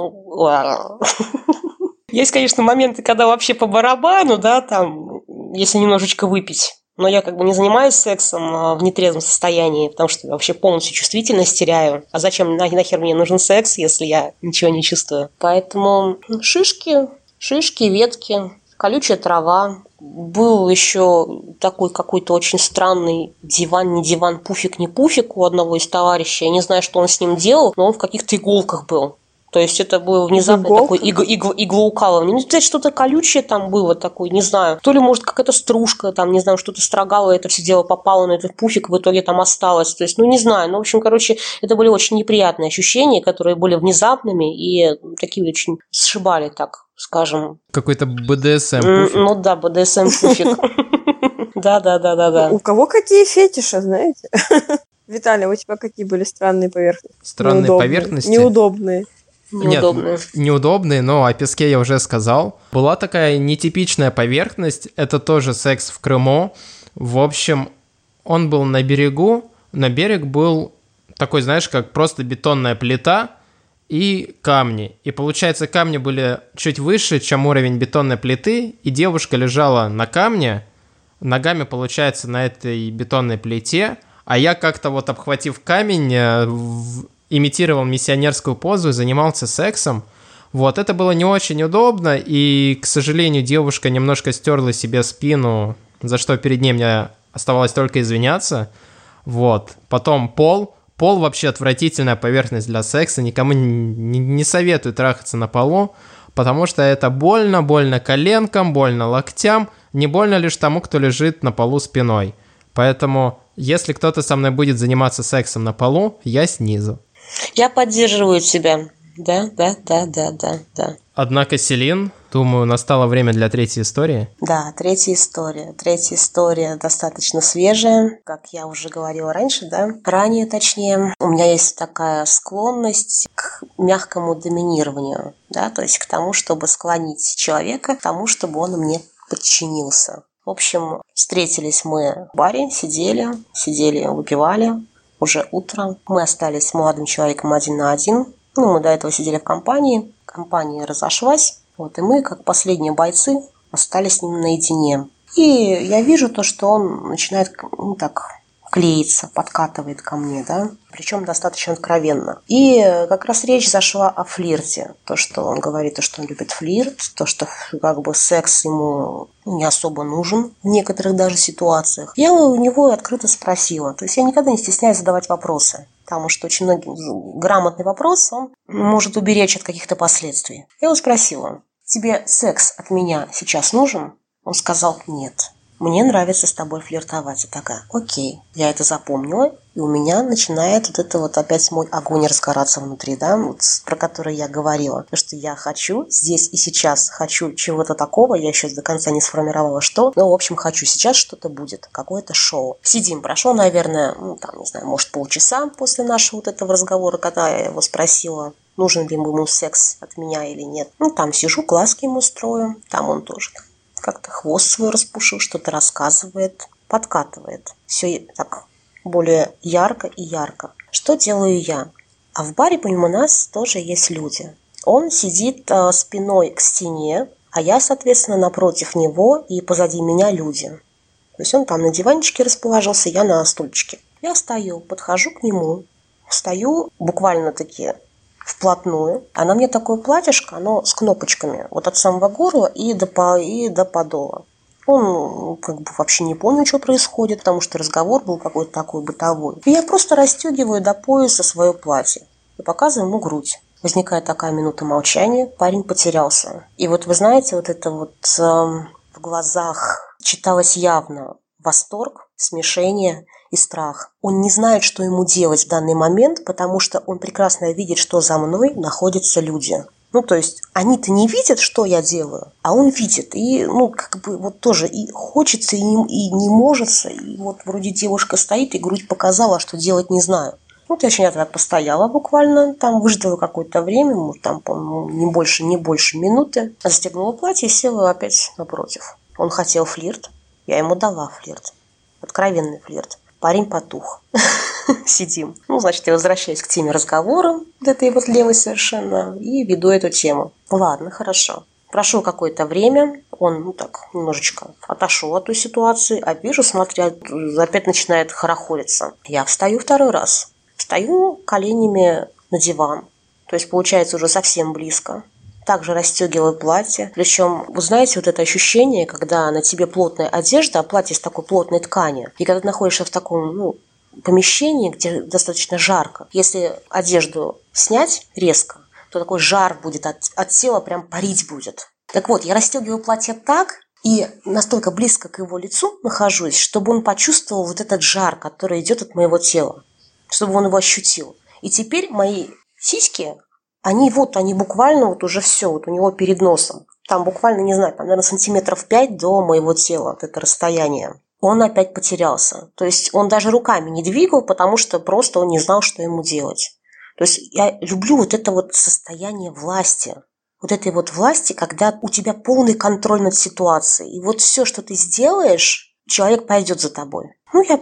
Есть, конечно, моменты, когда вообще по барабану, да, там, если немножечко выпить. Но я как бы не занимаюсь сексом в нетрезвом состоянии, потому что я вообще полностью чувствительность теряю. А зачем нахер мне нужен секс, если я ничего не чувствую? Поэтому шишки, ветки, колючая трава. Был еще такой какой-то очень странный диван, не диван, пуфик, не пуфик у одного из товарищей. Я не знаю, что он с ним делал, но он в каких-то иголках был. То есть это был внезапно такой иглоукалывание. Ну, кстати, что-то колючее там было такое, не знаю. То ли, может, какая-то стружка, там, не знаю, что-то строгало, это все дело попало на этот пуфик, в итоге там осталось. То есть, не знаю. Ну, в общем, короче, это были очень неприятные ощущения, которые были внезапными и такие очень сшибали, так скажем. Какой-то БДСМ-пуфик. Ну да, БДСМ-пуфик. Да. У кого какие фетиши, знаете? Виталий, у тебя какие были странные поверхности? Странные поверхности? Неудобные. Неудобные. Нет, неудобные, но о песке я уже сказал. Была такая нетипичная поверхность, это тоже секс в Крыму. В общем, он был на берегу, на берег был такой, знаешь, как просто бетонная плита и камни. И получается, камни были чуть выше, чем уровень бетонной плиты, и девушка лежала на камне, ногами, получается, на этой бетонной плите, а я как-то вот, обхватив камень, имитировал миссионерскую позу и занимался сексом. Вот, это было не очень удобно, и, к сожалению, девушка немножко стерла себе спину, за что перед ней мне оставалось только извиняться. Вот, потом пол. Пол вообще отвратительная поверхность для секса, никому не советую трахаться на полу, потому что это больно коленкам, больно локтям, не больно лишь тому, кто лежит на полу спиной. Поэтому, если кто-то со мной будет заниматься сексом на полу, я снизу. Я поддерживаю тебя. Да. Однако, Селин, думаю, настало время для третьей истории. Да, третья история. Третья история достаточно свежая, как я уже говорила раньше, да, ранее точнее. У меня есть такая склонность к мягкому доминированию, да, то есть к тому, чтобы склонить человека, к тому, чтобы он мне подчинился. В общем, встретились мы в баре, сидели, выпивали. Уже утро. Мы остались с молодым человеком один на один. Мы до этого сидели в компании. Компания разошлась. Вот, и мы, как последние бойцы, остались с ним наедине. И я вижу то, что он начинает клеится, подкатывает ко мне, да, причем достаточно откровенно. И как раз речь зашла о флирте. То, что он говорит, то, что он любит флирт, то, что как бы секс ему не особо нужен в некоторых даже ситуациях. Я у него открыто спросила. То есть я никогда не стесняюсь задавать вопросы, потому что очень грамотный вопрос, он может уберечь от каких-то последствий. Я его спросила: тебе секс от меня сейчас нужен? Он сказал: нет. Мне нравится с тобой флиртовать. Я такая: окей, я это запомнила, и у меня начинает вот это вот опять мой огонь разгораться внутри, да, вот, про который я говорила. Потому что я хочу здесь и сейчас, хочу чего-то такого, я еще до конца не сформировала что, но, в общем, хочу. Сейчас что-то будет, какое-то шоу. Сидим, прошло, наверное, не знаю, может, полчаса после нашего вот этого разговора, когда я его спросила, нужен ли ему секс от меня или нет. Там сижу, глазки ему строю, там он тоже как-то хвост свой распушил, что-то рассказывает, подкатывает. Все так более ярко и ярко. Что делаю я? А в баре помимо нас тоже есть люди. Он сидит спиной к стене, а я, соответственно, напротив него, и позади меня люди. То есть он там на диванчике расположился, я на стульчике. Я стою, подхожу к нему, стою буквально-таки вплотную. А на мне такое платьишко, оно с кнопочками, вот от самого горла и до подола. Он как бы вообще не понял, что происходит, потому что разговор был какой-то такой бытовой. И я просто расстегиваю до пояса свое платье и показываю ему грудь. Возникает такая минута молчания, парень потерялся. И вот вы знаете, вот это вот в глазах читалось явно восторг, смешение и страх. Он не знает, что ему делать в данный момент, потому что он прекрасно видит, что за мной находятся люди. Ну, то есть, они-то не видят, что я делаю, а он видит. И, как бы, вот тоже и хочется, и не может. И вот вроде девушка стоит, и грудь показала, что делать не знаю. Вот я так постояла буквально, там выждала какое-то время, там, по-моему, не больше минуты. Застегнула платье и села опять напротив. Он хотел флирт, я ему дала флирт. Откровенный флирт. Парень потух. Сидим. Значит, я возвращаюсь к теме разговора, вот этой вот левой совершенно, и веду эту тему. Ладно, хорошо. Прошло какое-то время, он, так, немножечко отошел от той ситуации, а вижу, смотря, опять начинает хорохориться. Я встаю второй раз. Встаю коленями на диван. То есть, получается, уже совсем близко. Также расстегиваю платье. Причем, вы знаете, вот это ощущение, когда на тебе плотная одежда, а платье из такой плотной ткани. И когда ты находишься в таком, помещении, где достаточно жарко, если одежду снять резко, то такой жар будет от тела, прям парить будет. Так вот, я расстегиваю платье так и настолько близко к его лицу нахожусь, чтобы он почувствовал вот этот жар, который идет от моего тела, чтобы он его ощутил. И теперь мои сиськи, они буквально вот уже все, вот у него перед носом. Там буквально, не знаю, наверное, сантиметров 5 до моего тела, вот это расстояние. Он опять потерялся. То есть он даже руками не двигал, потому что просто он не знал, что ему делать. То есть я люблю вот это вот состояние власти. Вот этой вот власти, когда у тебя полный контроль над ситуацией. И вот все, что ты сделаешь, человек пойдет за тобой.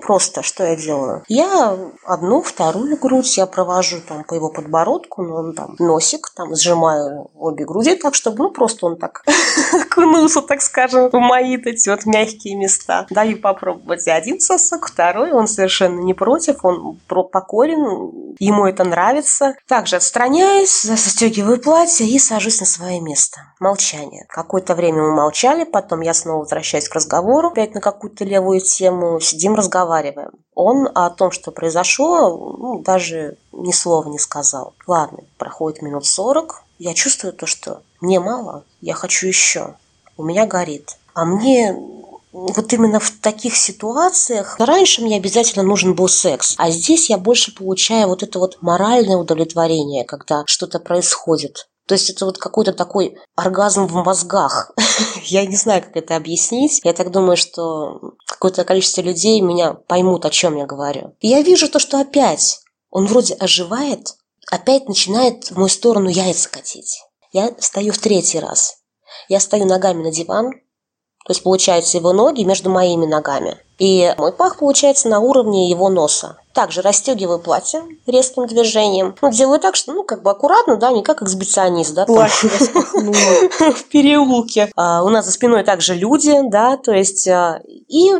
Что я делаю? Я одну, вторую грудь я провожу там по его подбородку, носик, сжимаю обе груди так, чтобы, просто он так окунулся, так скажем, в мои эти вот мягкие места. Даю попробовать один сосок, второй, он совершенно не против, он покорен, ему это нравится. Также отстраняюсь, застегиваю платье и сажусь на свое место. Молчание. Какое-то время мы молчали, потом я снова возвращаюсь к разговору, опять на какую-то левую тему, сидим, разговариваем. Он о том, что произошло, даже ни слова не сказал. Ладно, проходит минут 40. Я чувствую то, что мне мало, я хочу еще. У меня горит. А мне вот именно в таких ситуациях раньше мне обязательно нужен был секс, а здесь я больше получаю вот это вот моральное удовлетворение, когда что-то происходит. То есть это вот какой-то такой оргазм в мозгах. Я не знаю, как это объяснить. Я так думаю, что какое-то количество людей меня поймут, о чем я говорю. И я вижу то, что опять он вроде оживает, опять начинает в мою сторону яйца катить. Я встаю в третий раз. Я стою ногами на диван, то есть, получается, его ноги между моими ногами. И мой пах, получается, на уровне его носа. Также расстегиваю платье резким движением. Делаю так, что, аккуратно, не как эксбиционист, платье распахнула в переулке. У нас за спиной также люди, то есть, и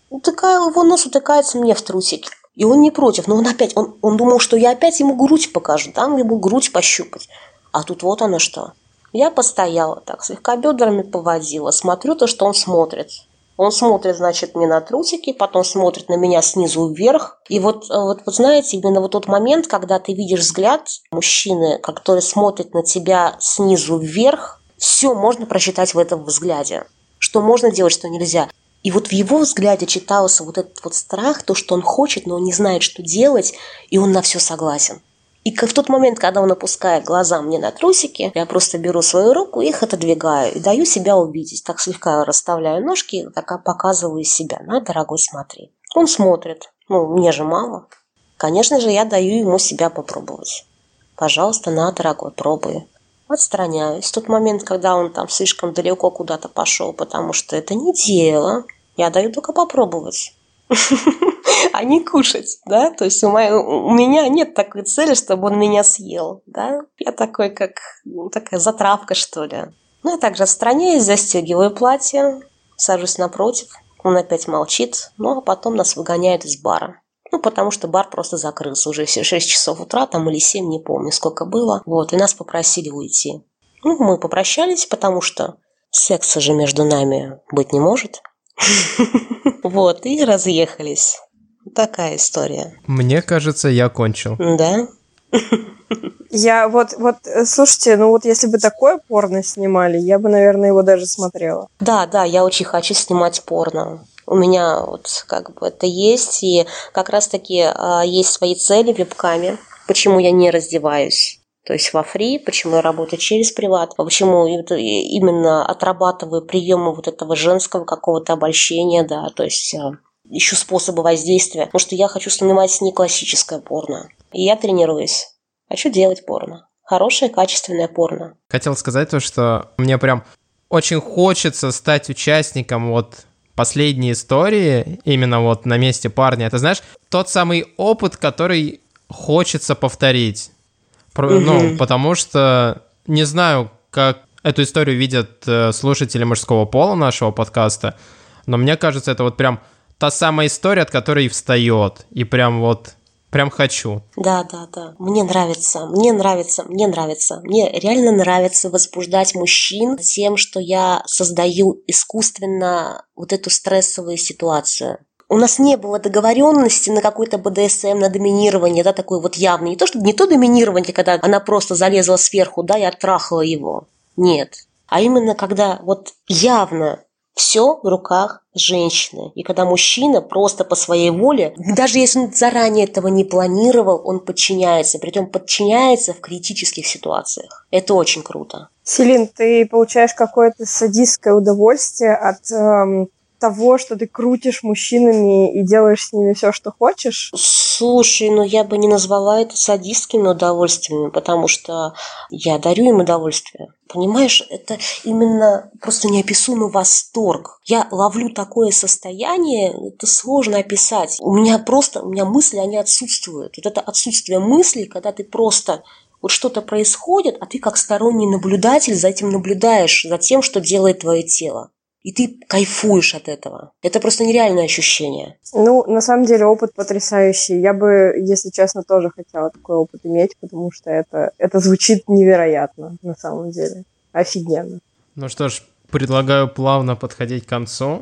его нос утыкается мне в трусики. И он не против, но он думал, что я опять ему грудь покажу, ему грудь пощупать. А тут вот оно что. Я постояла так, слегка бедрами поводила, смотрю то, что он смотрит. Он смотрит, значит, мне на трусики, потом смотрит на меня снизу вверх. И вот знаете, именно вот тот момент, когда ты видишь взгляд мужчины, который смотрит на тебя снизу вверх, все можно прочитать в этом взгляде. Что можно делать, что нельзя. И вот в его взгляде читался вот этот вот страх, то, что он хочет, но он не знает, что делать, и он на все согласен. И в тот момент, когда он опускает глаза мне на трусики, я просто беру свою руку, их отодвигаю и даю себя увидеть. Так слегка расставляю ножки, так показываю себя. На, дорогой, смотри. Он смотрит. Мне же мало. Конечно же, я даю ему себя попробовать. Пожалуйста, на, дорогой, пробуй. Отстраняюсь. В тот момент, когда он слишком далеко куда-то пошел, потому что это не дело, я даю только попробовать. А не кушать, То есть у меня нет такой цели, чтобы он меня съел, Я такой, такая затравка, что ли. Я также отстраняюсь, застегиваю платье, сажусь напротив, он опять молчит, а потом нас выгоняют из бара. Ну, потому что бар просто закрылся. Уже все 6 часов утра, там или 7, не помню, сколько было. Вот, и нас попросили уйти. Ну, мы попрощались, потому что секса же между нами быть не может. Вот, и разъехались. Такая история. Мне кажется, я кончил. Да? Я слушайте, ну вот если бы такое порно снимали, я бы, наверное, его даже смотрела. Да, я очень хочу снимать порно. У меня вот как бы это есть, и как раз-таки есть свои цели в вебкаме, почему я не раздеваюсь. То есть во фри, почему я работаю через приват, почему именно отрабатываю приемы вот этого женского какого-то обольщения, да, то есть ищу способы воздействия, потому что я хочу снимать не классическое порно. И я тренируюсь. Хочу делать порно. Хорошее, качественное порно. Хотел сказать то, что мне прям очень хочется стать участником вот последней истории, именно вот на месте парня. Это, знаешь, тот самый опыт, который хочется повторить. Ну, потому что не знаю, как эту историю видят слушатели мужского пола нашего подкаста, но мне кажется, это вот прям та самая история, от которой встает. И прям хочу. Да. Мне нравится. Мне реально нравится возбуждать мужчин тем, что я создаю искусственно вот эту стрессовую ситуацию. У нас не было договоренности на какой-то БДСМ, на доминирование, да, такой вот явный. Не то доминирование, когда она просто залезла сверху, да, и оттрахала его. Нет. А именно, когда вот явно все в руках женщины. И когда мужчина просто по своей воле, даже если он заранее этого не планировал, он подчиняется. Притом подчиняется в критических ситуациях. Это очень круто. Селин, ты получаешь какое-то садистское удовольствие от того, что ты крутишь мужчинами и делаешь с ними все, что хочешь? Слушай, я бы не назвала это садистскими удовольствиями, потому что я дарю им удовольствие. Понимаешь, это именно просто неописуемый восторг. Я ловлю такое состояние, это сложно описать. У меня мысли, они отсутствуют. Вот это отсутствие мыслей, когда ты просто... Вот что-то происходит, а ты как сторонний наблюдатель за этим наблюдаешь, за тем, что делает твое тело. И ты кайфуешь от этого. Это просто нереальное ощущение. Ну, на самом деле, опыт потрясающий. Я бы, если честно, тоже хотела такой опыт иметь, потому что это звучит невероятно, на самом деле. Офигенно. Ну что ж, предлагаю плавно подходить к концу.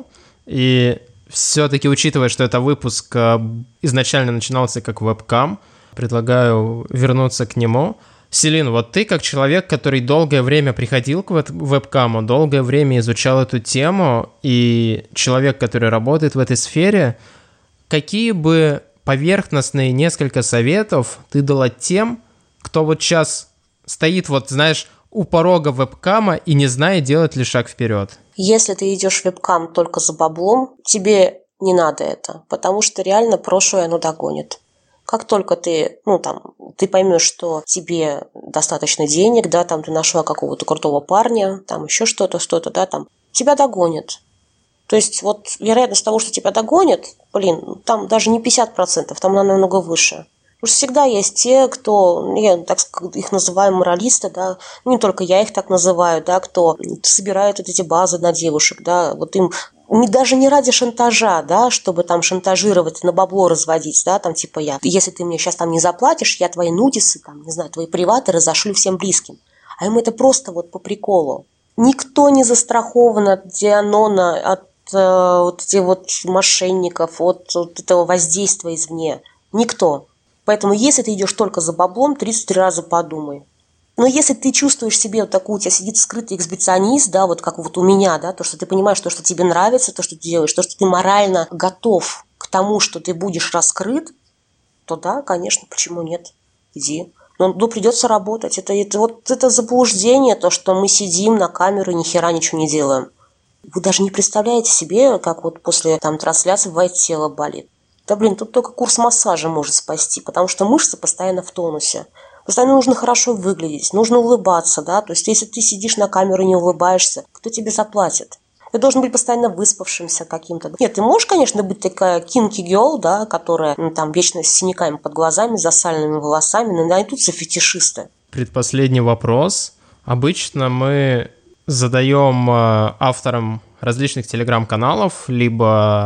И все-таки, учитывая, что это выпуск изначально начинался как вебкам, предлагаю вернуться к нему. Селин, вот ты как человек, который долгое время приходил к вебкаму, долгое время изучал эту тему, и человек, который работает в этой сфере, какие бы поверхностные несколько советов ты дала тем, кто вот сейчас стоит, вот знаешь, у порога вебкама и не знает, делать ли шаг вперед? Если ты идешь в вебкам только за баблом, тебе не надо это, потому что реально прошлое оно догонит. Как только ты поймешь, что тебе достаточно денег, да, там ты нашла какого-то крутого парня, там еще что-то, да, там тебя догонят. То есть вот вероятность того, что тебя догонят, там даже не 50%, там она намного выше. Потому что всегда есть те, кто, так их называю моралисты, да, не только я их так называю, да, кто собирает вот эти базы на девушек, да, вот им даже не ради шантажа, да, чтобы там шантажировать, на бабло разводить, да, там типа если ты мне сейчас там не заплатишь, я твои нудисы, там, не знаю, твои приваты разошлю всем близким. А им это просто вот по приколу. Никто не застрахован от Дианона, от вот этих вот мошенников, от вот этого воздействия извне. Никто. Поэтому если ты идешь только за баблом, 33 раза подумай. Но если ты чувствуешь себе вот такую, у тебя сидит скрытый эксбиционист, да, вот как вот у меня, да, то, что ты понимаешь, то, что тебе нравится, то, что ты делаешь, то, что ты морально готов к тому, что ты будешь раскрыт, то да, конечно, почему нет? Иди. Но придется работать. Это заблуждение, то, что мы сидим на камеру и ни хера ничего не делаем. Вы даже не представляете себе, как вот после там трансляции бывает тело болит. Да тут только курс массажа может спасти, потому что мышцы постоянно в тонусе. Постоянно нужно хорошо выглядеть, нужно улыбаться, да, то есть если ты сидишь на камеру и не улыбаешься, кто тебе заплатит? Ты должен быть постоянно выспавшимся каким-то. Нет, ты можешь, конечно, быть такая kinky girl, да, которая там вечно с синяками под глазами, засаленными волосами, но найдутся фетишисты. Предпоследний вопрос. Обычно мы задаем авторам различных телеграм-каналов, либо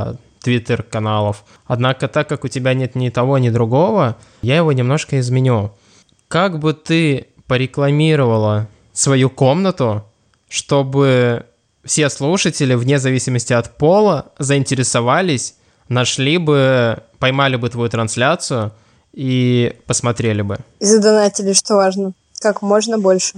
твиттер-каналов. Однако, так как у тебя нет ни того, ни другого, я его немножко изменю. Как бы ты порекламировала свою комнату, чтобы все слушатели, вне зависимости от пола, заинтересовались, нашли бы, поймали бы твою трансляцию и посмотрели бы? И задонатили, что важно. Как можно больше.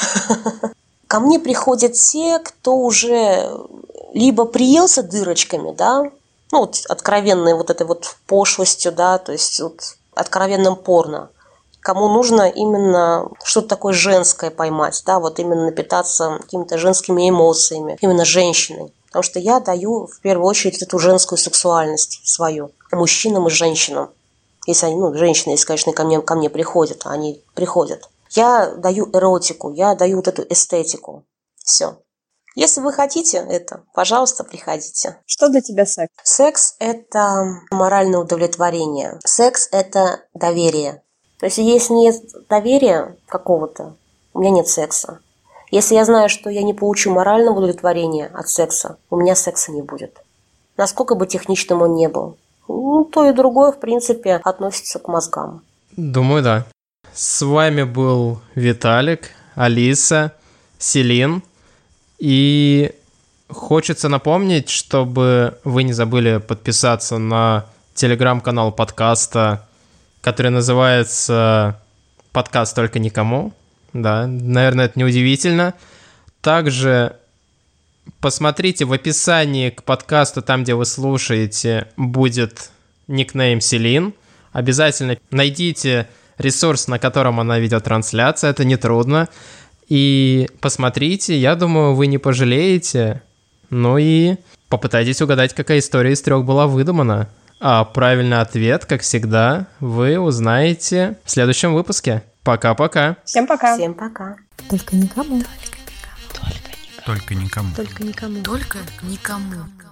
Ко мне приходят те, кто уже либо приелся дырочками, да, ну, вот откровенной вот этой вот пошлостью, да, то есть вот откровенным порно. Кому нужно именно что-то такое женское поймать, да, вот именно напитаться какими-то женскими эмоциями, именно женщиной. Потому что я даю в первую очередь эту женскую сексуальность свою мужчинам и женщинам. Если они, женщины, если, конечно, ко мне приходят, а они приходят. Я даю эротику, я даю вот эту эстетику. Все. Если вы хотите это, пожалуйста, приходите. Что для тебя секс? Секс – это моральное удовлетворение. Секс – это доверие. То есть, если нет доверия какого-то, у меня нет секса. Если я знаю, что я не получу морального удовлетворения от секса, у меня секса не будет. Насколько бы техничным он ни был. То и другое, в принципе, относится к мозгам. Думаю, да. С вами был Виталик, Алиса, Селин. И хочется напомнить, чтобы вы не забыли подписаться на телеграм-канал подкаста, который называется «Подкаст только никому». Да, наверное, это неудивительно. Также посмотрите в описании к подкасту, там, где вы слушаете, будет никнейм Селин. Обязательно найдите ресурс, на котором она ведет трансляцию, это нетрудно. И посмотрите, я думаю, вы не пожалеете. Ну и попытайтесь угадать, какая история из 3 была выдумана. А правильный ответ, как всегда, вы узнаете в следующем выпуске. Пока-пока. Всем пока. Всем пока. Только никому. Только никому. Только никому. Только никому.